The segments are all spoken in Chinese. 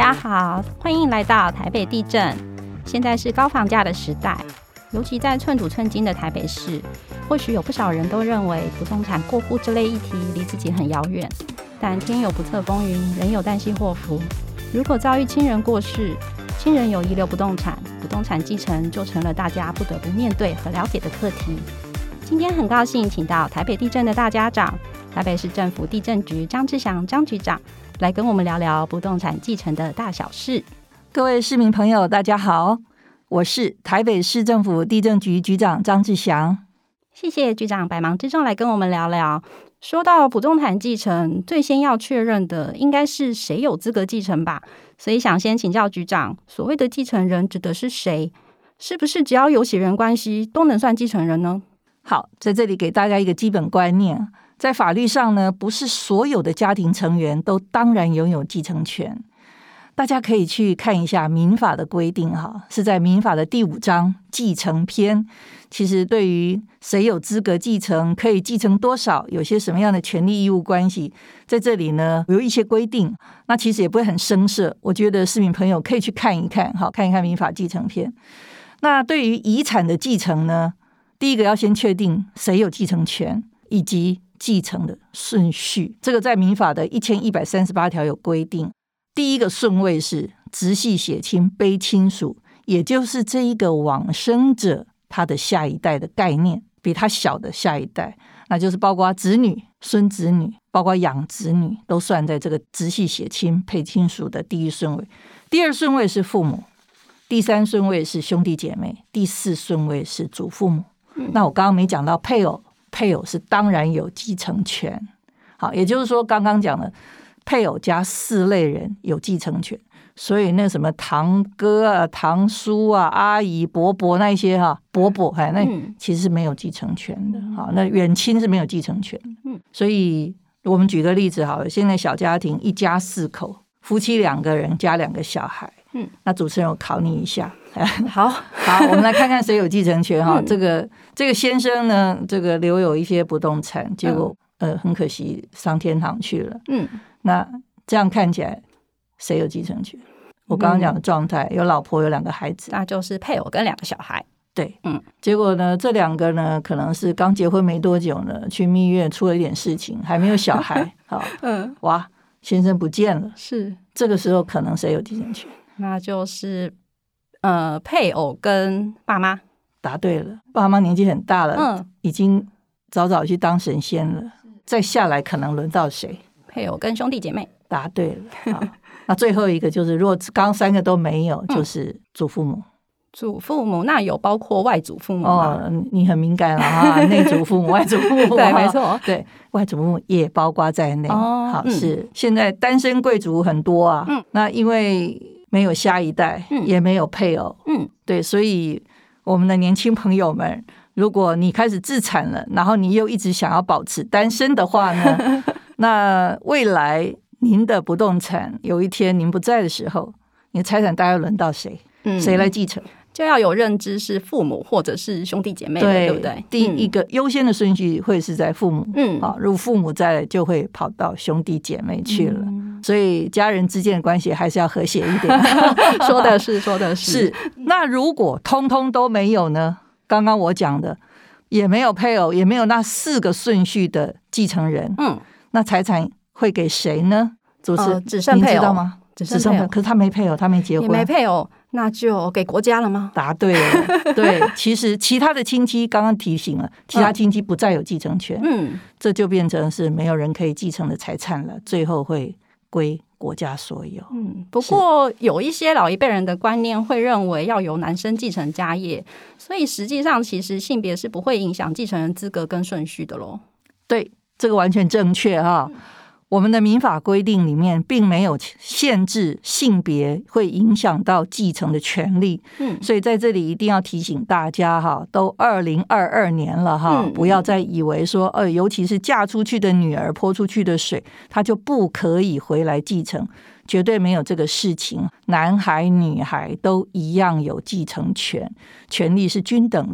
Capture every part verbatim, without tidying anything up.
家好，欢迎来到台北地震。现在是高房价的时代，尤其在寸土寸金的台北市，或许有不少人都认为不动产过户这类议题离自己很遥远。但天有不测风云，人有旦夕祸福。如果遭遇亲人过世，亲人有遗留不动产，不动产继承就成了大家不得不面对和了解的课题。今天很高兴请到台北地震的大家长，台北市政府地震局张志祥张局长来跟我们聊聊不动产继承的大小事。 各位市民朋友大家好，我是台北市政府地震局局长张志祥。 谢谢局长百忙之中来跟我们聊聊。说到不动产继承，最先要确认的应该是谁有资格继承吧，所以想先请教局长，所谓的继承人指的是谁？是不是只要有血缘关系都能算继承人呢？ 好，在这里给大家一个基本观念，在法律上呢，不是所有的家庭成员都当然拥有继承权。大家可以去看一下民法的规定，是在民法的第五章继承篇。其实对于谁有资格继承，可以继承多少，有些什么样的权利义务关系，在这里呢有一些规定。那其实也不会很生涩，我觉得市民朋友可以去看一看，好，看一看民法继承篇。那对于遗产的继承呢，第一个要先确定谁有继承权以及继承的顺序，这个在民法的一千一百三十八条有规定。第一个顺位是直系血亲卑亲属，也就是这一个往生者他的下一代的概念，比他小的下一代，那就是包括子女、孙子女，包括养子女，都算在这个直系血亲卑亲属的第一顺位。第二顺位是父母，第三顺位是兄弟姐妹，第四顺位是祖父母。嗯、那我刚刚没讲到配偶，配偶是当然有继承权。好，也就是说刚刚讲的配偶加四类人有继承权，所以那什么堂哥啊、堂叔啊、阿姨、伯伯那些哈、啊，伯伯那其实是没有继承权的。好，那远亲是没有继承权的。所以我们举个例子好了，现在小家庭一家四口，夫妻两个人加两个小孩。嗯，那主持人我考你一下。 好好，我们来看看谁有继承权哈、嗯。这个这个先生呢，这个留有一些不动产，结果、嗯、呃很可惜上天堂去了。嗯。那这样看起来谁有继承权？我刚刚讲的状态、嗯、有老婆有两个孩子， 那就是配偶跟两个小孩。 对，嗯，结果呢这两个呢可能是刚结婚没多久呢，去蜜月出了一点事情，还没有小孩好，嗯，哇，先生不见了， 是这个时候可能谁有继承权？ 那就是呃配偶跟爸妈。 答对了，爸妈年纪很大了，嗯，已经早早去当神仙了，再下来可能轮到谁？ 配偶跟兄弟姐妹。 答对了。好，那最后一个就是如果刚刚三个都没有、嗯、就是祖父母。 祖父母那有包括外祖父母吗？ 哦，你很敏感了哈，内祖父母外祖父母对，没错， 对，外祖父母也包括在内。哦，好、嗯、是现在单身贵族很多啊、嗯、那因为没有下一代、嗯、也没有配偶，嗯，对，所以我们的年轻朋友们，如果你开始自产了，然后你又一直想要保持单身的话呢那未来您的不动产有一天您不在的时候，你的财产大概轮到谁？嗯，谁来继承？ 就要有认知是父母或者是兄弟姐妹， 对, 对不对？ 第一个优先的顺序会是在父母，嗯，啊，如果父母在，就会跑到兄弟姐妹去了。嗯、所以家人之间的关系还是要和谐一点。 说的是，说的是。 是。那如果通通都没有呢？刚刚我讲的，也没有配偶，也没有那四个顺序的继承人，嗯，那财产会给谁呢？主持、呃、 只剩配偶， 你知道吗？只剩配偶，可是他没配偶，他没结婚， 也没配偶，那就给国家了吗？ 答对了。对，其实其他的亲戚刚刚提醒了，其他亲戚不再有继承权，嗯，这就变成是没有人可以继承的财产了，最后会归国家所有。 嗯，不过有一些老一辈人的观念会认为要由男生继承家业，所以实际上其实性别是不会影响继承人资格跟顺序的咯。 对，这个完全正确哈。嗯，我们的民法规定里面并没有限制性别会影响到继承的权利，嗯，所以在这里一定要提醒大家哈，都二零二二年了哈，嗯，不要再以为说，呃，尤其是嫁出去的女儿泼出去的水，她就不可以回来继承，绝对没有这个事情，男孩女孩都一样有继承权，权利是均等的。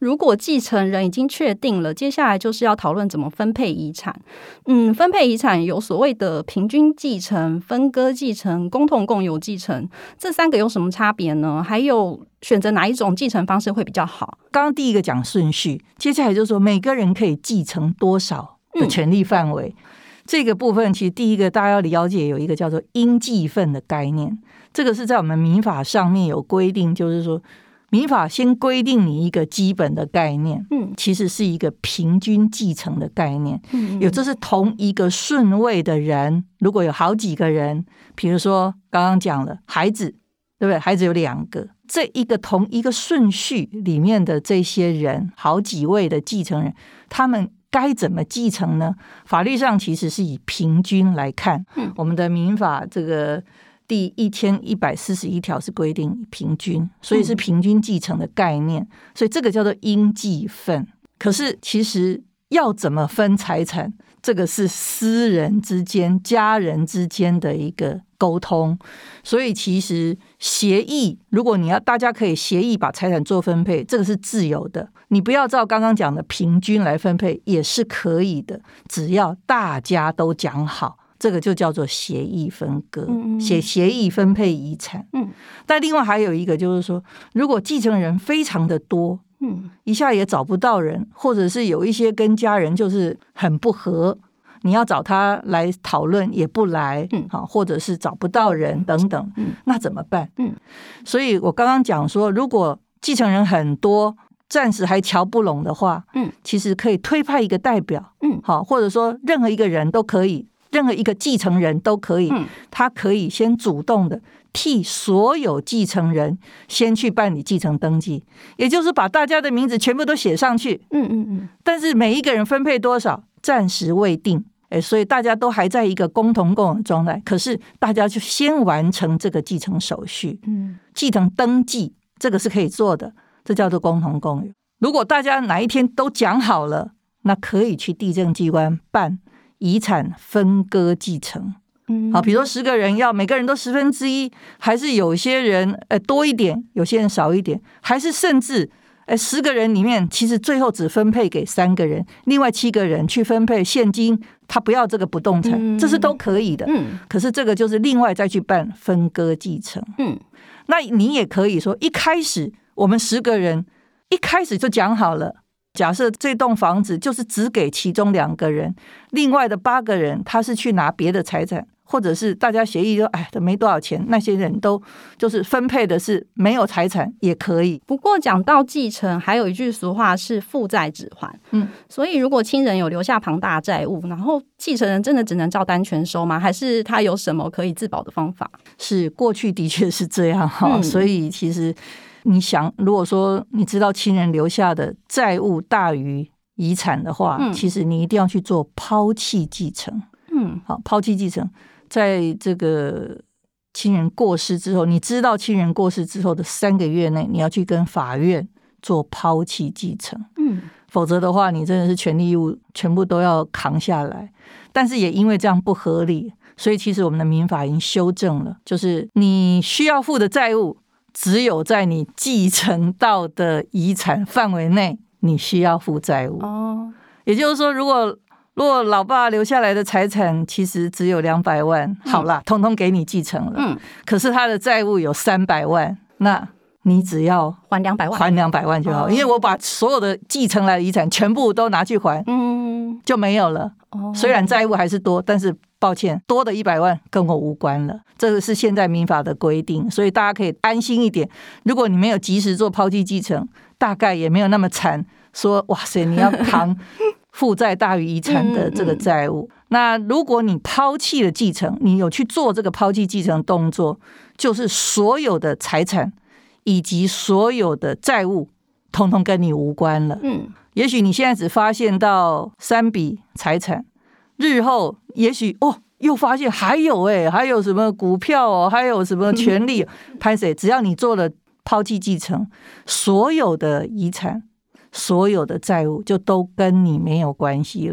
如果继承人已经确定了，接下来就是要讨论怎么分配遗产。嗯，分配遗产有所谓的平均继承、分割继承、共同共有继承，这三个有什么差别呢？还有选择哪一种继承方式会比较好？ 刚刚第一个讲顺序，接下来就是说每个人可以继承多少的权利范围。嗯，这个部分其实第一个大家要了解有一个叫做应继分的概念，这个是在我们民法上面有规定，就是说民法先规定你一个基本的概念，嗯，其实是一个平均继承的概念，嗯，有这是同一个顺位的人，如果有好几个人，比如说刚刚讲了孩子，对不对？孩子有两个，这一个同一个顺序里面的这些人，好几位的继承人，他们该怎么继承呢？法律上其实是以平均来看，嗯，我们的民法这个第一千一百四十一条是规定平均，所以是平均继承的概念，所以这个叫做应继分。可是其实要怎么分财产，这个是私人之间、家人之间的一个沟通，所以其实协议，如果你要大家可以协议把财产做分配，这个是自由的，你不要照刚刚讲的平均来分配也是可以的，只要大家都讲好，这个就叫做协议分割，协协议分配遗产。嗯，但另外还有一个就是说，如果继承人非常的多，嗯，一下也找不到人，或者是有一些跟家人就是很不合，你要找他来讨论也不来，嗯，或者是找不到人等等，嗯，那怎么办？嗯，所以我刚刚讲说，如果继承人很多，暂时还瞧不拢的话，嗯，其实可以推派一个代表，嗯，好，或者说任何一个人都可以。任何一个继承人都可以，嗯，他可以先主动的替所有继承人先去办理继承登记，也就是把大家的名字全部都写上去，嗯嗯嗯，但是每一个人分配多少暂时未定，哎，所以大家都还在一个共同共有状态，可是大家就先完成这个继承手续，嗯，继承登记这个是可以做的，这叫做共同共有。如果大家哪一天都讲好了，那可以去地政机关办遗产分割继承，嗯，好，比如说十个人要每个人都十分之一，还是有些人呃多一点，有些人少一点，还是甚至呃十个人里面，其实最后只分配给三个人，另外七个人去分配现金，他不要这个不动产，嗯，这是都可以的，嗯，可是这个就是另外再去办分割继承，嗯，那你也可以说一开始我们十个人一开始就讲好了。假设这栋房子就是只给其中两个人，另外的八个人他是去拿别的财产，或者是大家协议说哎，没多少钱，那些人都就是分配的是没有财产也可以。 不过讲到继承，还有一句俗话是父债子还，嗯，所以如果亲人有留下庞大债务，然后继承人真的只能照单全收吗？还是他有什么可以自保的方法？ 是过去的确是这样，嗯，所以其实你想，如果说你知道亲人留下的债务大于遗产的话，嗯，其实你一定要去做抛弃继承。嗯，好，抛弃继承，在这个亲人过世之后，你知道亲人过世之后的三个月内，你要去跟法院做抛弃继承。嗯，否则的话，你真的是权利义务全部都要扛下来。但是也因为这样不合理，所以其实我们的民法已经修正了，就是你需要付的债务，只有在你继承到的遗产范围内，你需要付债务。哦，也就是说，如果如果老爸留下来的财产其实只有两百万，嗯，好啦，通通给你继承了。嗯，可是他的债务有三百万，那你只要还两百万， 还两百万就好，哦，因为我把所有的继承来的遗产全部都拿去还，嗯，就没有了。哦，虽然债务还是多，但是抱歉，多的一百万跟我无关了，这个是现在民法的规定，所以大家可以安心一点。如果你没有及时做抛弃继承，大概也没有那么惨，说哇塞，你要扛负债大于遗产的这个债务。嗯嗯，那如果你抛弃了继承，你有去做这个抛弃继承动作，就是所有的财产以及所有的债务，通通跟你无关了。嗯，也许你现在只发现到三笔财产，日后也许哦，又发现还有哎、欸，还有什么股票哦，还有什么权利，拍谁？只要你做了抛弃继承，所有的遗产、所有的债务就都跟你没有关系了。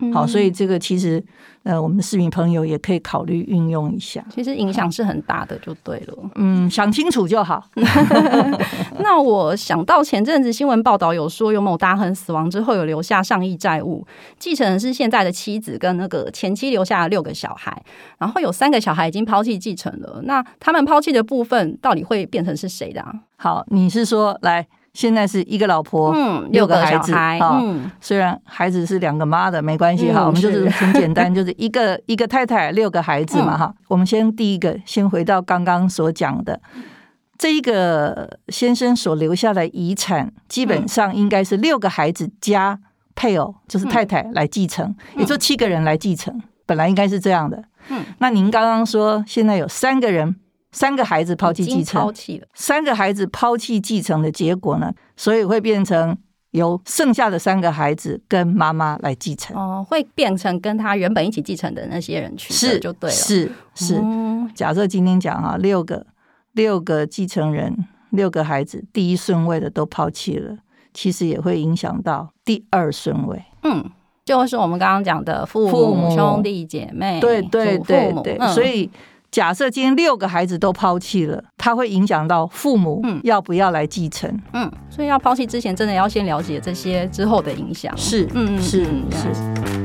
嗯、好，所以这个其实呃，我们的市民朋友也可以考虑运用一下。 其实影响是很大的，就对了。 嗯，想清楚就好。 那我想到前阵子新闻报道有说，有某大亨死亡之后有留下上亿债务，继承人是现在的妻子跟那个前妻留下了六个小孩，然后有三个小孩已经抛弃继承了。那他们抛弃的部分到底会变成是谁的啊？ 好，你是说来？现在是一个老婆， 嗯， 六个孩子， 孩嗯，虽然孩子是两个妈的，没关系哈、嗯，我们就是很简单，就是一个一个太太，六个孩子嘛哈、嗯。我们先第一个，先回到刚刚所讲的，这一个先生所留下的遗产，基本上应该是六个孩子加配偶，就是太太来继承，嗯、也就七个人来继承，本来应该是这样的。嗯，那您刚刚说现在有三个人。三个孩子抛弃继承， 抛弃了三个孩子抛弃继承的结果呢，所以会变成由剩下的三个孩子跟妈妈来继承。 哦，会变成跟他原本一起继承的那些人取得就对了。 是是、嗯，假设今天讲啊，六个六个继承人，六个孩子，第一顺位的都抛弃了，其实也会影响到第二顺位。 嗯，就是我们刚刚讲的父母、父母兄弟姐妹， 对对对对，嗯、所以。假设今天六个孩子都抛弃了，它会影响到父母要不要来继承。 嗯，所以要抛弃之前，真的要先了解这些之后的影响。 是，嗯是嗯是。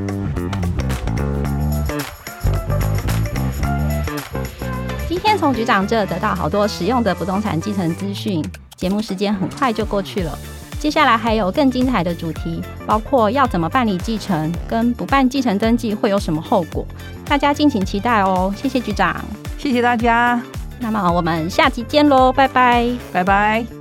今天从局长这得到好多实用的不动产继承资讯，节目时间很快就过去了。接下来还有更精彩的主题，包括要怎么办理继承，跟不办继承登记会有什么后果，大家敬请期待哦。谢谢局长， 谢谢大家。 那么我们下集见喽，拜拜， 拜拜。